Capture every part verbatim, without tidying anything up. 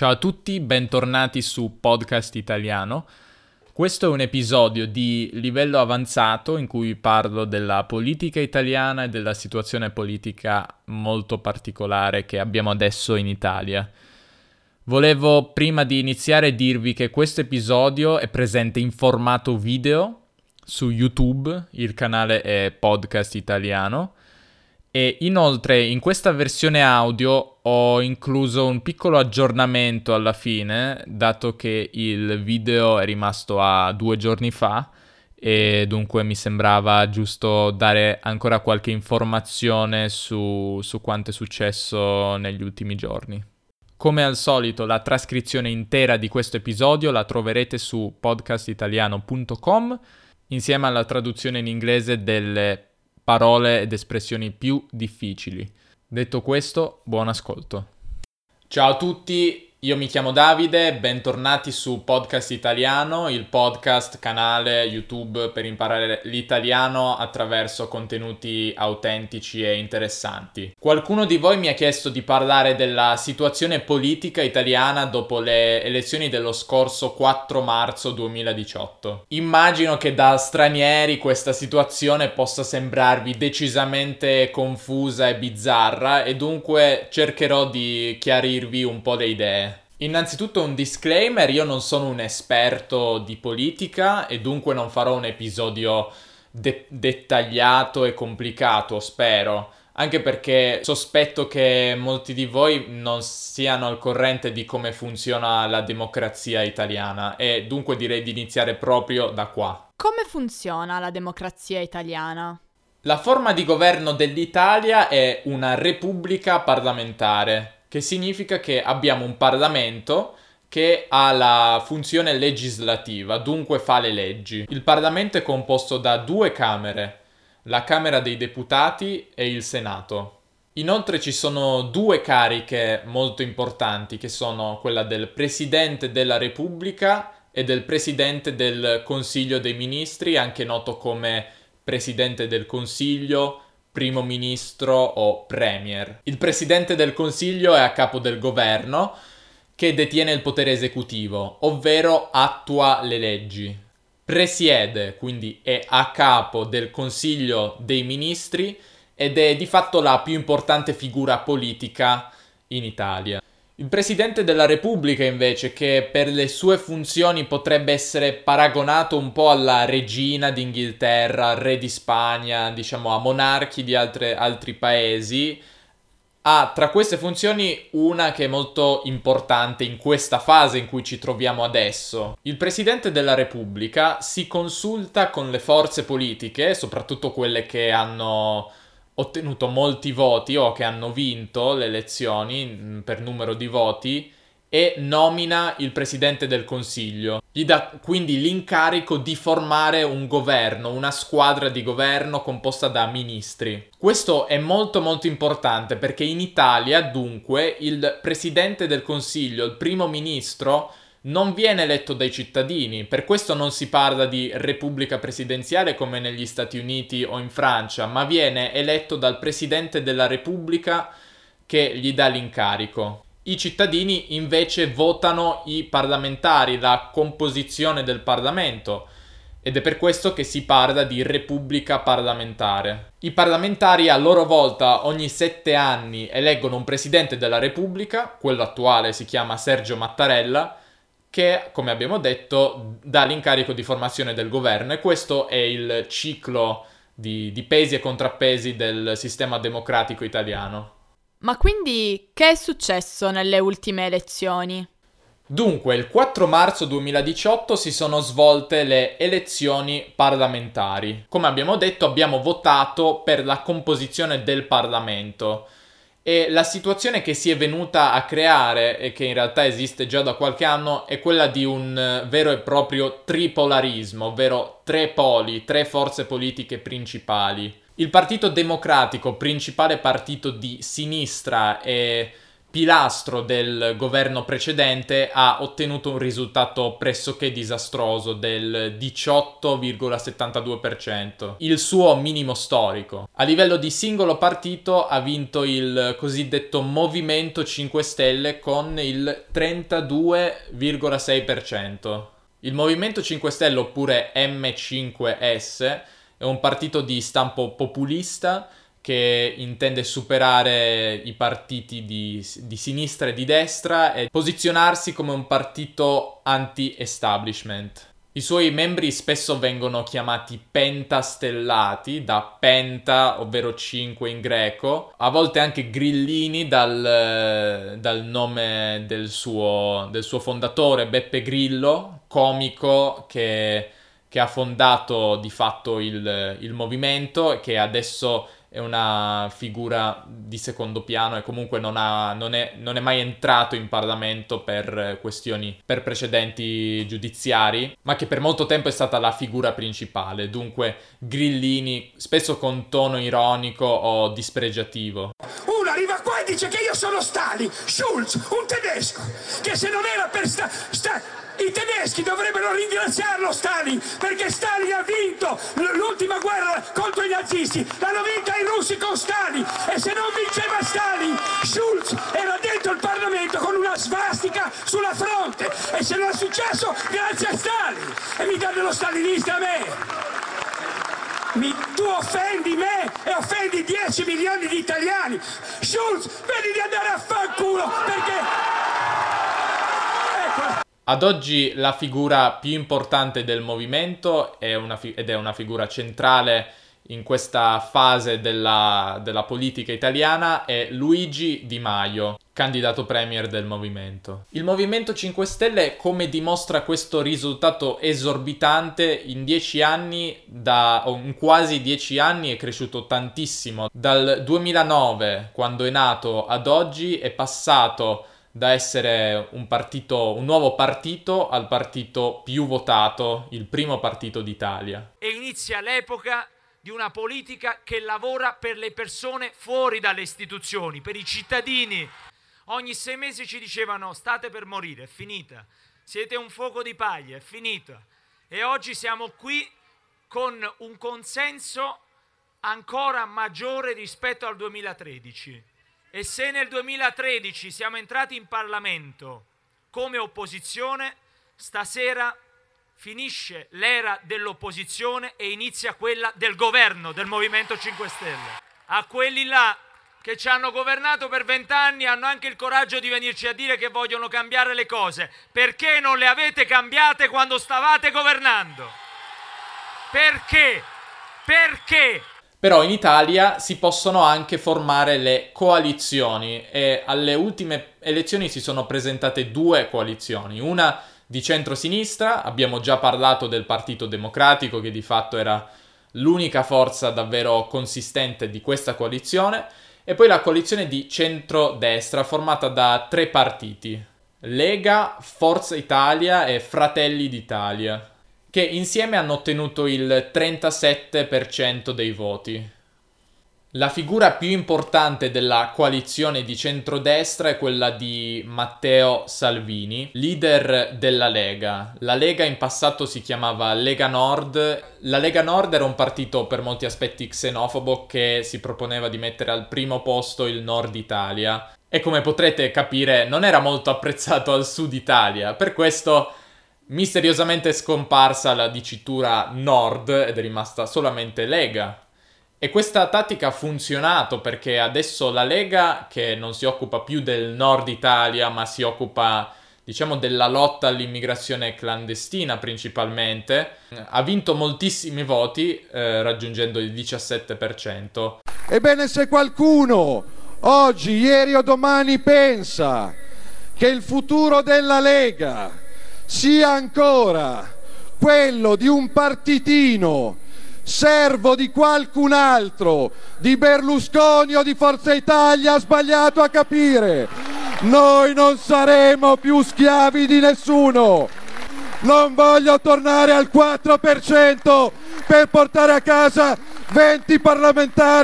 Ciao a tutti, bentornati su Podcast Italiano. Questo è un episodio di livello avanzato in cui parlo della politica italiana e della situazione politica molto particolare che abbiamo adesso in Italia. Volevo prima di iniziare dirvi che questo episodio è presente in formato video su YouTube, il canale è Podcast Italiano. E inoltre in questa versione audio ho incluso un piccolo aggiornamento alla fine, dato che il video è rimasto a due giorni fa e dunque mi sembrava giusto dare ancora qualche informazione su, su quanto è successo negli ultimi giorni. Come al solito la trascrizione intera di questo episodio la troverete su podcastitaliano punto com insieme alla traduzione in inglese delle parole ed espressioni più difficili. Detto questo, buon ascolto. Ciao a tutti, io mi chiamo Davide, bentornati su Podcast Italiano, il podcast canale YouTube per imparare l'italiano attraverso contenuti autentici e interessanti. Qualcuno di voi mi ha chiesto di parlare della situazione politica italiana dopo le elezioni dello scorso quattro marzo duemiladiciotto. Immagino che da stranieri questa situazione possa sembrarvi decisamente confusa e bizzarra e dunque cercherò di chiarirvi un po' le idee. Innanzitutto un disclaimer, io non sono un esperto di politica e dunque non farò un episodio de- dettagliato e complicato, spero, anche perché sospetto che molti di voi non siano al corrente di come funziona la democrazia italiana e dunque direi di iniziare proprio da qua. Come funziona la democrazia italiana? La forma di governo dell'Italia è una repubblica parlamentare, che significa che abbiamo un Parlamento che ha la funzione legislativa, dunque fa le leggi. Il Parlamento è composto da due camere, la Camera dei Deputati e il Senato. Inoltre ci sono due cariche molto importanti, che sono quella del Presidente della Repubblica e del Presidente del Consiglio dei Ministri, anche noto come Presidente del Consiglio, Primo Ministro o Premier. Il Presidente del Consiglio è a capo del governo che detiene il potere esecutivo, ovvero attua le leggi. Presiede, quindi è a capo del Consiglio dei Ministri ed è di fatto la più importante figura politica in Italia. Il Presidente della Repubblica invece, che per le sue funzioni potrebbe essere paragonato un po' alla regina d'Inghilterra, al re di Spagna, diciamo a monarchi di altre, altri paesi, ha tra queste funzioni una che è molto importante in questa fase in cui ci troviamo adesso. Il Presidente della Repubblica si consulta con le forze politiche, soprattutto quelle che hanno ottenuto molti voti o che hanno vinto le elezioni per numero di voti e nomina il Presidente del Consiglio. Gli dà quindi l'incarico di formare un governo, una squadra di governo composta da ministri. Questo è molto molto importante perché in Italia dunque il Presidente del Consiglio, il Primo Ministro, non viene eletto dai cittadini, per questo non si parla di repubblica presidenziale come negli Stati Uniti o in Francia, ma viene eletto dal Presidente della Repubblica che gli dà l'incarico. I cittadini invece votano i parlamentari, la composizione del Parlamento, ed è per questo che si parla di repubblica parlamentare. I parlamentari a loro volta ogni sette anni eleggono un Presidente della Repubblica, quello attuale si chiama Sergio Mattarella, che, come abbiamo detto, dà l'incarico di formazione del governo e questo è il ciclo di, di pesi e contrappesi del sistema democratico italiano. Ma quindi che è successo nelle ultime elezioni? Dunque, il quattro marzo duemiladiciotto si sono svolte le elezioni parlamentari. Come abbiamo detto, abbiamo votato per la composizione del Parlamento. E la situazione che si è venuta a creare, e che in realtà esiste già da qualche anno, è quella di un vero e proprio tripolarismo, ovvero tre poli, tre forze politiche principali. Il Partito Democratico, principale partito di sinistra e pilastro del governo precedente, ha ottenuto un risultato pressoché disastroso del diciotto virgola settantadue per cento, il suo minimo storico. A livello di singolo partito ha vinto il cosiddetto Movimento cinque Stelle con il trentadue virgola sei per cento. Il Movimento cinque Stelle, oppure M cinque S, è un partito di stampo populista che intende superare i partiti di, di sinistra e di destra e posizionarsi come un partito anti-establishment. I suoi membri spesso vengono chiamati pentastellati, da penta, ovvero cinque in greco, a volte anche grillini dal, dal nome del suo, del suo fondatore, Beppe Grillo, comico che, che ha fondato di fatto il, il movimento e che adesso è una figura di secondo piano e comunque non, ha, non, è, non è mai entrato in Parlamento per questioni, per precedenti giudiziari, ma che per molto tempo è stata la figura principale, dunque grillini, spesso con tono ironico o dispregiativo. Uno arriva qua e dice che io sono Stalin, Schulz, un tedesco, che se non era per sta... sta... I tedeschi dovrebbero ringraziarlo Stalin, perché Stalin ha vinto l'ultima guerra contro i nazisti, l'hanno vinta i russi con Stalin, e se non vinceva Stalin, Schulz era dentro il Parlamento con una svastica sulla fronte, e se non è successo grazie a Stalin, e mi dà dello stalinista a me. Mi, tu offendi me e offendi dieci milioni di italiani. Schulz, vedi di andare a fanculo, perché... Ecco. Ad oggi la figura più importante del movimento è una fi- ed è una figura centrale in questa fase della, della politica italiana è Luigi Di Maio, candidato premier del movimento. Il Movimento cinque Stelle, come dimostra questo risultato esorbitante, in dieci anni, da o in quasi dieci anni è cresciuto tantissimo. Dal duemilanove, quando è nato, ad oggi è passato da essere un partito, un nuovo partito, al partito più votato, il primo partito d'Italia. E inizia l'epoca di una politica che lavora per le persone fuori dalle istituzioni, per i cittadini. Ogni sei mesi ci dicevano: state per morire, è finita, siete un fuoco di paglia, è finita. E oggi siamo qui con un consenso ancora maggiore rispetto al duemilatredici. E se nel duemilatredici siamo entrati in Parlamento come opposizione, stasera finisce l'era dell'opposizione e inizia quella del governo del Movimento cinque Stelle. A quelli là che ci hanno governato per vent'anni hanno anche il coraggio di venirci a dire che vogliono cambiare le cose. Perché non le avete cambiate quando stavate governando? Perché? Perché? Però in Italia si possono anche formare le coalizioni e alle ultime elezioni si sono presentate due coalizioni, una di centrosinistra, abbiamo già parlato del Partito Democratico che di fatto era l'unica forza davvero consistente di questa coalizione, e poi la coalizione di centrodestra formata da tre partiti, Lega, Forza Italia e Fratelli d'Italia, che insieme hanno ottenuto il trentasette per cento dei voti. La figura più importante della coalizione di centrodestra è quella di Matteo Salvini, leader della Lega. La Lega in passato si chiamava Lega Nord. La Lega Nord era un partito per molti aspetti xenofobo che si proponeva di mettere al primo posto il Nord Italia. E come potrete capire non era molto apprezzato al Sud Italia. Per questo misteriosamente è scomparsa la dicitura Nord ed è rimasta solamente Lega. E questa tattica ha funzionato perché adesso la Lega, che non si occupa più del Nord Italia ma si occupa, diciamo, della lotta all'immigrazione clandestina principalmente, ha vinto moltissimi voti eh, raggiungendo il diciassette per cento. Ebbene, se qualcuno oggi, ieri o domani pensa che il futuro della Lega sia ancora quello di un partitino servo di qualcun altro, di Berlusconi o di Forza Italia, ha sbagliato a capire. Noi non saremo più schiavi di nessuno. Non voglio tornare al quattro per cento per portare a casa venti parlamentari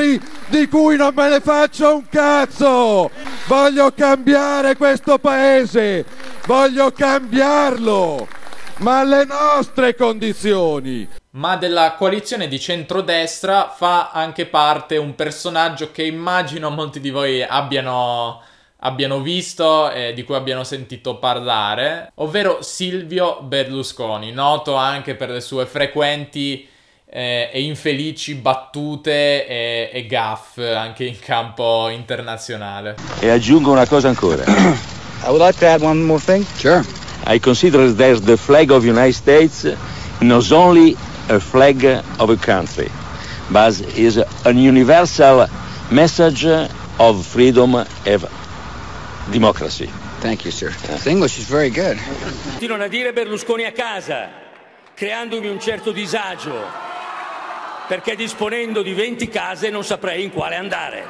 di cui non me ne faccio un cazzo. Voglio cambiare questo paese, voglio cambiarlo, ma alle nostre condizioni. Ma della coalizione di centrodestra fa anche parte un personaggio che immagino molti di voi abbiano, abbiano visto e di cui abbiano sentito parlare, ovvero Silvio Berlusconi, noto anche per le sue frequenti eh, e infelici battute e, e gaffe anche in campo internazionale. E aggiungo una cosa ancora. I would like to add one more thing. Sure. I consider that the flag of the United States not only a flag of a country, but is a universal message of freedom and democracy. Thank you, sir. The English is very good. Continuano a dire Berlusconi a casa, creandomi un certo disagio, perché disponendo di venti case non saprei in quale andare.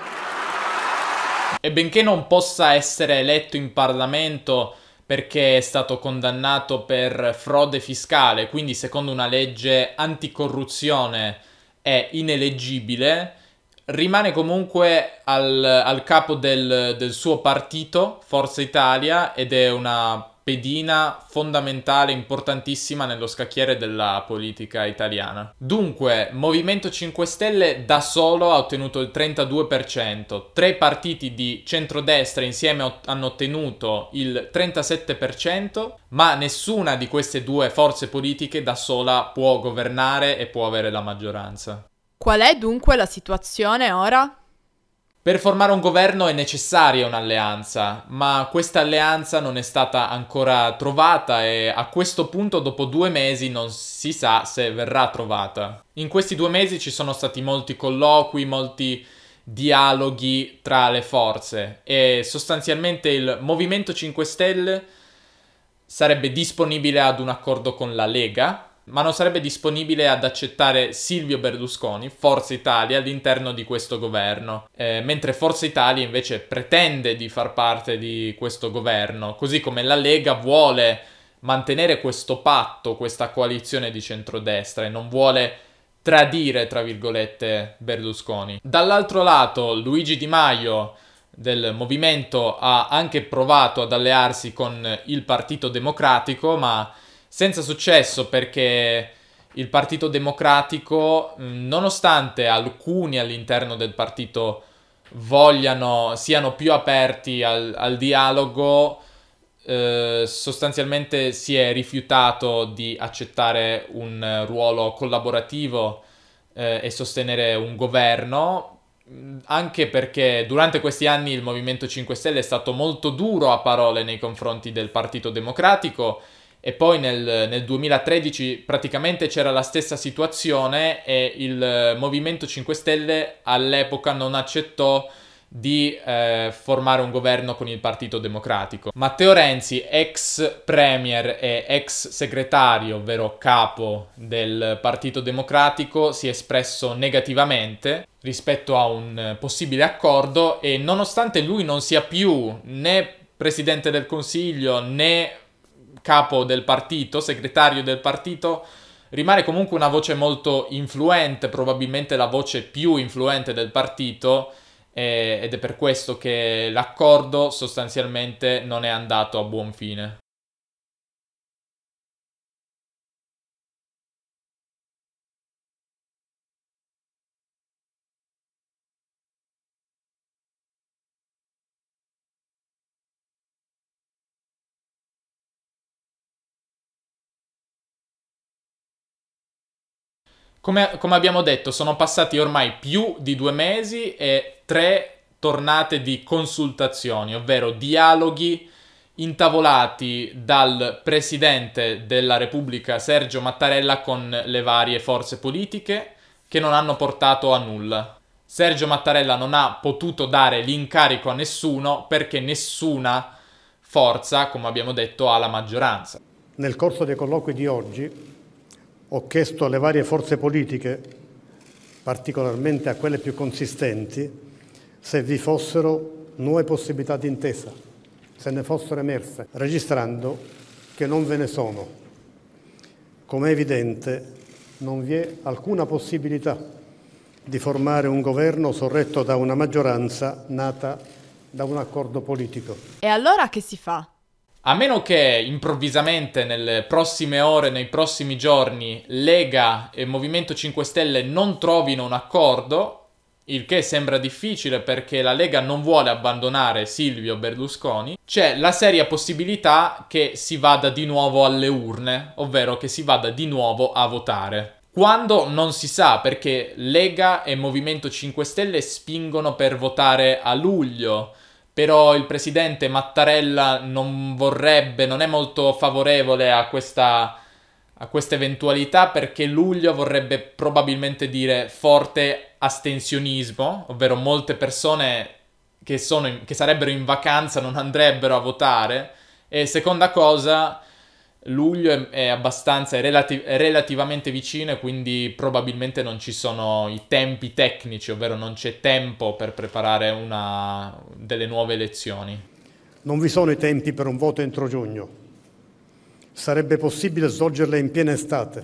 E benché non possa essere eletto in Parlamento perché è stato condannato per frode fiscale, quindi secondo una legge anticorruzione è ineleggibile, rimane comunque al, al capo del, del suo partito, Forza Italia, ed è una pedina fondamentale, importantissima nello scacchiere della politica italiana. Dunque, Movimento cinque Stelle da solo ha ottenuto il trentadue per cento, tre partiti di centrodestra insieme ot- hanno ottenuto il trentasette per cento, ma nessuna di queste due forze politiche da sola può governare e può avere la maggioranza. Qual è dunque la situazione ora? Per formare un governo è necessaria un'alleanza, ma questa alleanza non è stata ancora trovata e a questo punto dopo due mesi non si sa se verrà trovata. In questi due mesi ci sono stati molti colloqui, molti dialoghi tra le forze e sostanzialmente il Movimento cinque Stelle sarebbe disponibile ad un accordo con la Lega, ma non sarebbe disponibile ad accettare Silvio Berlusconi, Forza Italia, all'interno di questo governo, eh, mentre Forza Italia invece pretende di far parte di questo governo, così come la Lega vuole mantenere questo patto, questa coalizione di centrodestra e non vuole tradire, tra virgolette, Berlusconi. Dall'altro lato, Luigi Di Maio del Movimento ha anche provato ad allearsi con il Partito Democratico, ma senza successo, perché il Partito Democratico, nonostante alcuni all'interno del partito vogliano, siano più aperti al, al dialogo, eh, sostanzialmente si è rifiutato di accettare un ruolo collaborativo eh, e sostenere un governo, anche perché durante questi anni il Movimento cinque Stelle è stato molto duro a parole nei confronti del Partito Democratico. E poi nel, nel duemilatredici praticamente c'era la stessa situazione e il Movimento cinque Stelle all'epoca non accettò di eh, formare un governo con il Partito Democratico. Matteo Renzi, ex premier e ex segretario, ovvero capo del Partito Democratico, si è espresso negativamente rispetto a un possibile accordo e nonostante lui non sia più né presidente del Consiglio né capo del partito, segretario del partito, rimane comunque una voce molto influente, probabilmente la voce più influente del partito, eh, ed è per questo che l'accordo sostanzialmente non è andato a buon fine. Come, come abbiamo detto, sono passati ormai più di due mesi e tre tornate di consultazioni, ovvero dialoghi intavolati dal Presidente della Repubblica Sergio Mattarella con le varie forze politiche che non hanno portato a nulla. Sergio Mattarella non ha potuto dare l'incarico a nessuno perché nessuna forza, come abbiamo detto, ha la maggioranza. Nel corso dei colloqui di oggi ho chiesto alle varie forze politiche, particolarmente a quelle più consistenti, se vi fossero nuove possibilità di intesa, se ne fossero emerse, registrando che non ve ne sono. Come è evidente, non vi è alcuna possibilità di formare un governo sorretto da una maggioranza nata da un accordo politico. E allora che si fa? A meno che improvvisamente nelle prossime ore, nei prossimi giorni, Lega e Movimento cinque Stelle non trovino un accordo, il che sembra difficile perché la Lega non vuole abbandonare Silvio Berlusconi, c'è la seria possibilità che si vada di nuovo alle urne, ovvero che si vada di nuovo a votare. Quando non si sa, perché Lega e Movimento cinque Stelle spingono per votare a luglio, però il presidente Mattarella non vorrebbe, non è molto favorevole a questa, a questa eventualità perché luglio vorrebbe probabilmente dire forte astensionismo, ovvero molte persone che, sono in, che sarebbero in vacanza non andrebbero a votare. E seconda cosa, luglio è, è abbastanza, è, relati- è relativamente vicino e quindi probabilmente non ci sono i tempi tecnici, ovvero non c'è tempo per preparare una, delle nuove elezioni. Non vi sono i tempi per un voto entro giugno. Sarebbe possibile svolgerle in piena estate,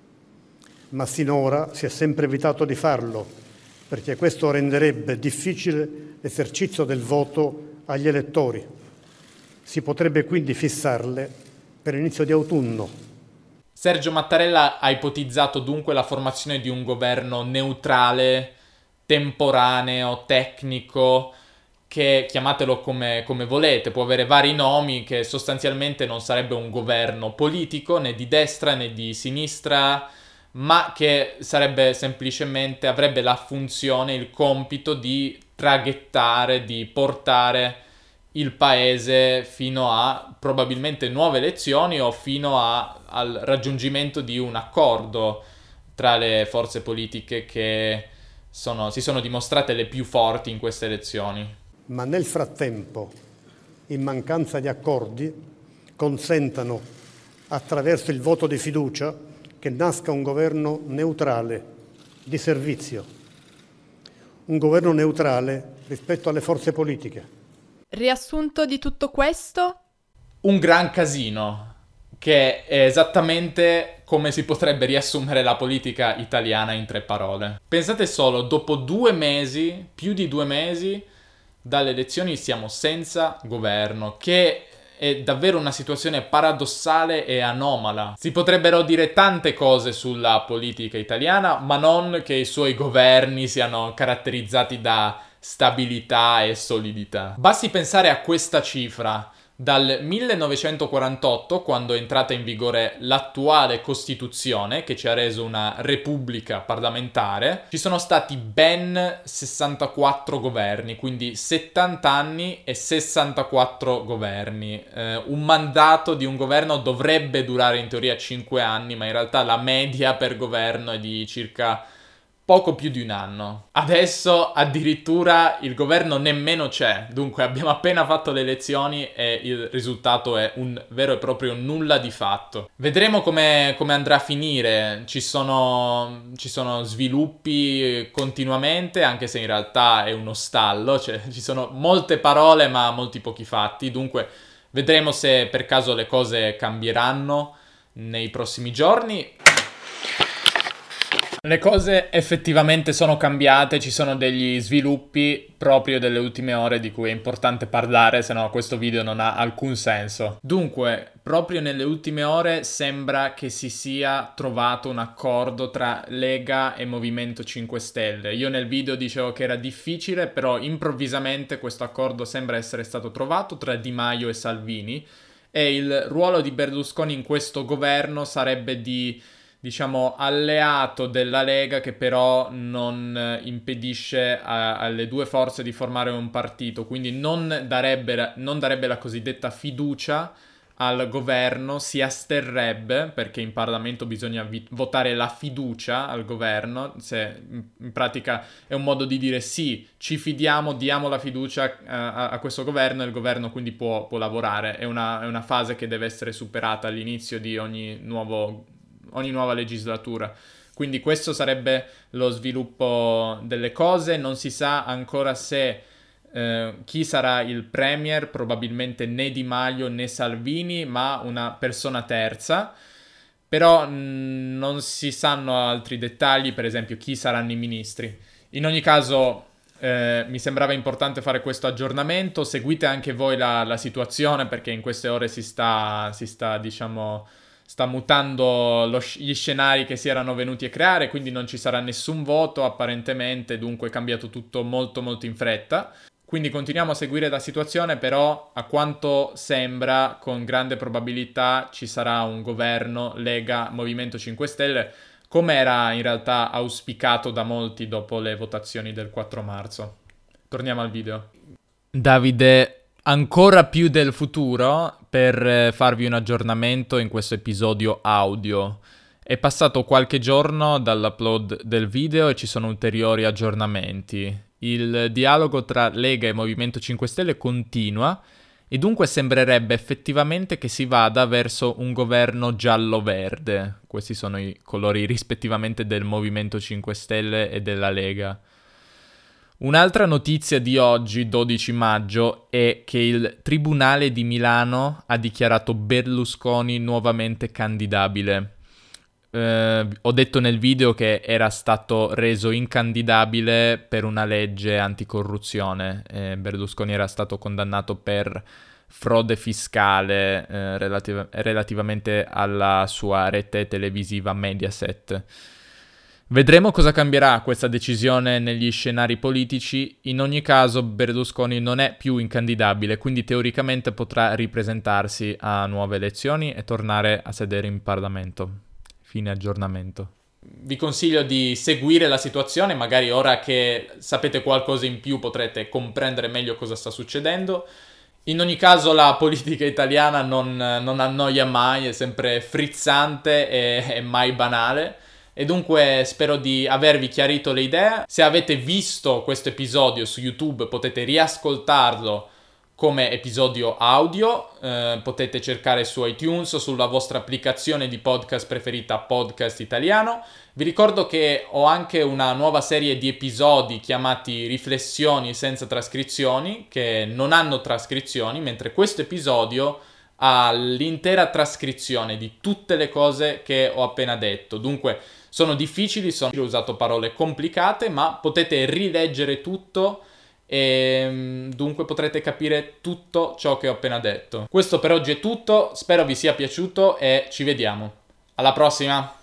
ma sinora si è sempre evitato di farlo, perché questo renderebbe difficile l'esercizio del voto agli elettori. Si potrebbe quindi fissarle per inizio di autunno. Sergio Mattarella ha ipotizzato dunque la formazione di un governo neutrale, temporaneo, tecnico, che chiamatelo come, come volete, può avere vari nomi, che sostanzialmente non sarebbe un governo politico né di destra né di sinistra, ma che sarebbe semplicemente, avrebbe la funzione, il compito di traghettare, di portare il paese fino a probabilmente nuove elezioni o fino a, al raggiungimento di un accordo tra le forze politiche che sono, si sono dimostrate le più forti in queste elezioni. Ma nel frattempo, in mancanza di accordi, consentano attraverso il voto di fiducia che nasca un governo neutrale, di servizio, un governo neutrale rispetto alle forze politiche. Riassunto di tutto questo? Un gran casino, che è esattamente come si potrebbe riassumere la politica italiana in tre parole. Pensate solo, dopo due mesi, più di due mesi, dalle elezioni siamo senza governo, che è davvero una situazione paradossale e anomala. Si potrebbero dire tante cose sulla politica italiana, ma non che i suoi governi siano caratterizzati da stabilità e solidità. Basti pensare a questa cifra. Dal millenovecentoquarantotto, quando è entrata in vigore l'attuale Costituzione, che ci ha reso una repubblica parlamentare, ci sono stati ben sessantaquattro governi, quindi settanta anni e sessantaquattro governi. Eh, un mandato di un governo dovrebbe durare in teoria cinque anni, ma in realtà la media per governo è di circa poco più di un anno. Adesso addirittura il governo nemmeno c'è, dunque abbiamo appena fatto le elezioni e il risultato è un vero e proprio nulla di fatto. Vedremo come, come andrà a finire, ci sono, ci sono sviluppi continuamente, anche se in realtà è uno stallo, cioè ci sono molte parole ma molti pochi fatti, dunque vedremo se per caso le cose cambieranno nei prossimi giorni. Le cose effettivamente sono cambiate, ci sono degli sviluppi proprio delle ultime ore di cui è importante parlare, se no questo video non ha alcun senso. Dunque, proprio nelle ultime ore sembra che si sia trovato un accordo tra Lega e Movimento cinque Stelle. Io nel video dicevo che era difficile, però improvvisamente questo accordo sembra essere stato trovato tra Di Maio e Salvini e il ruolo di Berlusconi in questo governo sarebbe di, diciamo, alleato della Lega che però non impedisce a, alle due forze di formare un partito, quindi non darebbe, non darebbe la cosiddetta fiducia al governo, si asterrebbe, perché in Parlamento bisogna vi- votare la fiducia al governo, se in pratica è un modo di dire sì, ci fidiamo, diamo la fiducia a, a questo governo e il governo quindi può, può lavorare, è una, è una fase che deve essere superata all'inizio di ogni nuovo ogni nuova legislatura. Quindi questo sarebbe lo sviluppo delle cose. Non si sa ancora se eh, chi sarà il premier, probabilmente né Di Maio né Salvini, ma una persona terza. però mh, non si sanno altri dettagli, per esempio chi saranno i ministri. In ogni caso eh, mi sembrava importante fare questo aggiornamento. Seguite anche voi la, la situazione, perché in queste ore si sta, si sta diciamo, sta mutando lo, gli scenari che si erano venuti a creare, quindi non ci sarà nessun voto apparentemente, dunque è cambiato tutto molto molto in fretta. Quindi continuiamo a seguire la situazione, però a quanto sembra con grande probabilità ci sarà un governo Lega Movimento cinque Stelle, come era in realtà auspicato da molti dopo le votazioni del quattro marzo. Torniamo al video. Davide, ancora più del futuro per farvi un aggiornamento in questo episodio audio. È passato qualche giorno dall'upload del video e ci sono ulteriori aggiornamenti. Il dialogo tra Lega e Movimento cinque Stelle continua e dunque sembrerebbe effettivamente che si vada verso un governo giallo-verde. Questi sono i colori rispettivamente del Movimento cinque Stelle e della Lega. Un'altra notizia di oggi, dodici maggio, è che il Tribunale di Milano ha dichiarato Berlusconi nuovamente candidabile. Eh, ho detto nel video che era stato reso incandidabile per una legge anticorruzione. Eh, Berlusconi era stato condannato per frode fiscale eh, relativ- relativamente alla sua rete televisiva Mediaset. Vedremo cosa cambierà questa decisione negli scenari politici. In ogni caso Berlusconi non è più incandidabile, quindi teoricamente potrà ripresentarsi a nuove elezioni e tornare a sedere in Parlamento. Fine aggiornamento. Vi consiglio di seguire la situazione, magari ora che sapete qualcosa in più potrete comprendere meglio cosa sta succedendo. In ogni caso la politica italiana non, non annoia mai, è sempre frizzante e, e mai banale. E dunque spero di avervi chiarito le idee. Se avete visto questo episodio su YouTube potete riascoltarlo come episodio audio, eh, potete cercare su iTunes o sulla vostra applicazione di podcast preferita Podcast Italiano. Vi ricordo che ho anche una nuova serie di episodi chiamati Riflessioni senza trascrizioni, che non hanno trascrizioni, mentre questo episodio ha l'intera trascrizione di tutte le cose che ho appena detto. Dunque sono difficili, sono... ho usato parole complicate, ma potete rileggere tutto e dunque potrete capire tutto ciò che ho appena detto. Questo per oggi è tutto, spero vi sia piaciuto e ci vediamo. Alla prossima!